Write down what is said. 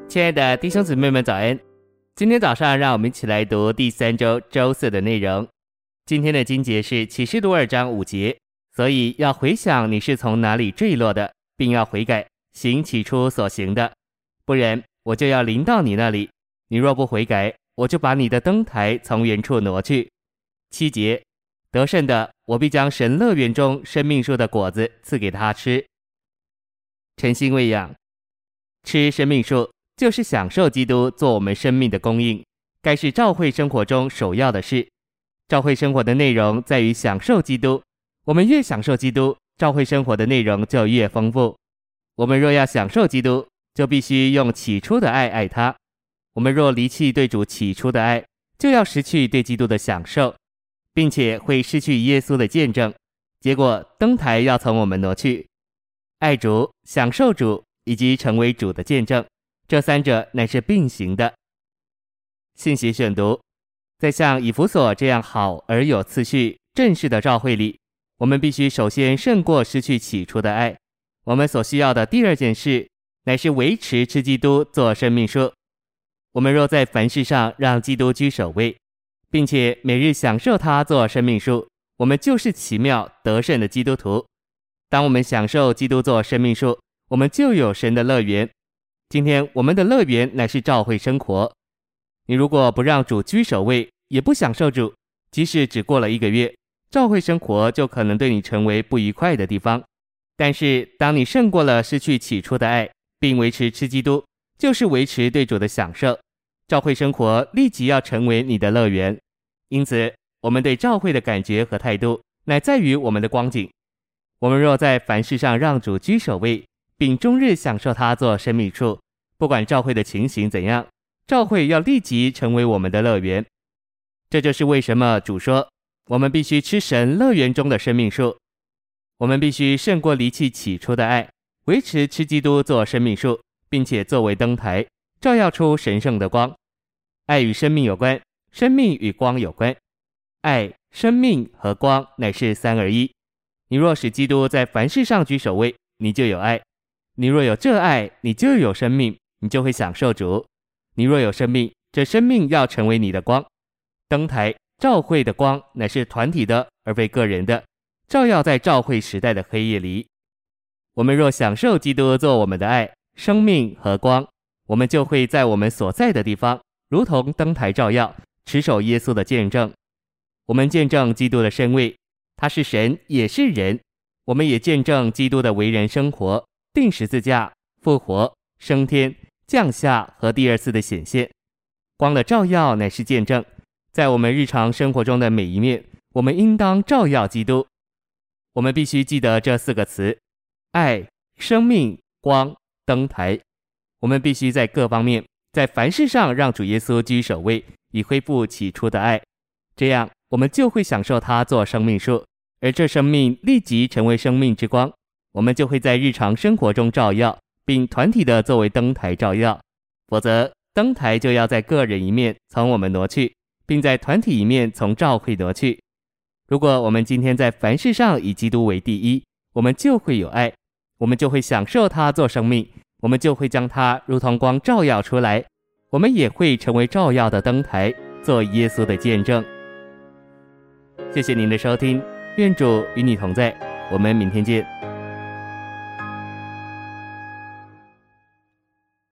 亲爱的弟兄姊妹们早安，今天早上让我们一起来读第3周周4的内容。今天的经节是启示录2章5节，所以要回想你是从哪里坠落的，并要悔改，行起初所行的，不然我就要临到你那里，你若不悔改，我就把你的灯台从原处挪去。7节，得胜的，我必将神乐园中生命树的果子赐给他吃。诚心喂养，吃生命树就是享受基督做我们生命的供应，该是教会生活中首要的事。教会生活的内容在于享受基督，我们越享受基督，教会生活的内容就越丰富。我们若要享受基督，就必须用起初的爱爱他。我们若离弃对主起初的爱，就要失去对基督的享受，并且会失去耶稣的见证，结果灯台要从我们挪去。爱主、享受主以及成为主的见证，这三者乃是并行的。信息选读，在像以弗所这样好而有次序、正式的教会里，我们必须首先胜过失去起初的爱。我们所需要的第二件事，乃是维持吃基督做生命树。我们若在凡事上让基督居首位，并且每日享受他做生命树，我们就是奇妙得胜的基督徒。当我们享受基督做生命树，我们就有神的乐园。今天我们的乐园乃是教会生活。你如果不让主居首位，也不享受主，即使只过了1个月，教会生活就可能对你成为不愉快的地方。但是当你胜过了失去起初的爱，并维持吃基督，就是维持对主的享受，教会生活立即要成为你的乐园。因此我们对教会的感觉和态度，乃在于我们的光景。我们若在凡事上让主居首位，并终日享受他做生命树，不管教会的情形怎样，教会要立即成为我们的乐园。这就是为什么主说，我们必须吃神乐园中的生命树。我们必须胜过离弃起初的爱，维持吃基督做生命树，并且作为灯台，照耀出神圣的光。爱与生命有关，生命与光有关。爱、生命和光乃是3而1。你若使基督在凡事上居首位，你就有爱。你若有这爱，你就有生命，你就会享受主。你若有生命，这生命要成为你的光。灯台、教会的光乃是团体的，而非个人的，照耀在教会时代的黑夜里。我们若享受基督做我们的爱、生命和光，我们就会在我们所在的地方，如同灯台照耀，持守耶稣的见证。我们见证基督的身位，他是神也是人。我们也见证基督的为人生活，钉十字架、复活、升天、降下和第2次的显现。光的照耀乃是见证，在我们日常生活中的每一面，我们应当照耀基督。我们必须记得这4个词：爱、生命、光、灯台。我们必须在各方面，在凡事上让主耶稣居首位，以恢复起初的爱。这样我们就会享受他做生命树，而这生命立即成为生命之光。我们就会在日常生活中照耀，并团体的作为灯台照耀。否则灯台就要在个人一面从我们挪去，并在团体一面从教会挪去。如果我们今天在凡事上以基督为第一，我们就会有爱，我们就会享受他做生命，我们就会将他如同光照耀出来，我们也会成为照耀的灯台，做耶稣的见证。谢谢您的收听，愿主与你同在，我们明天见。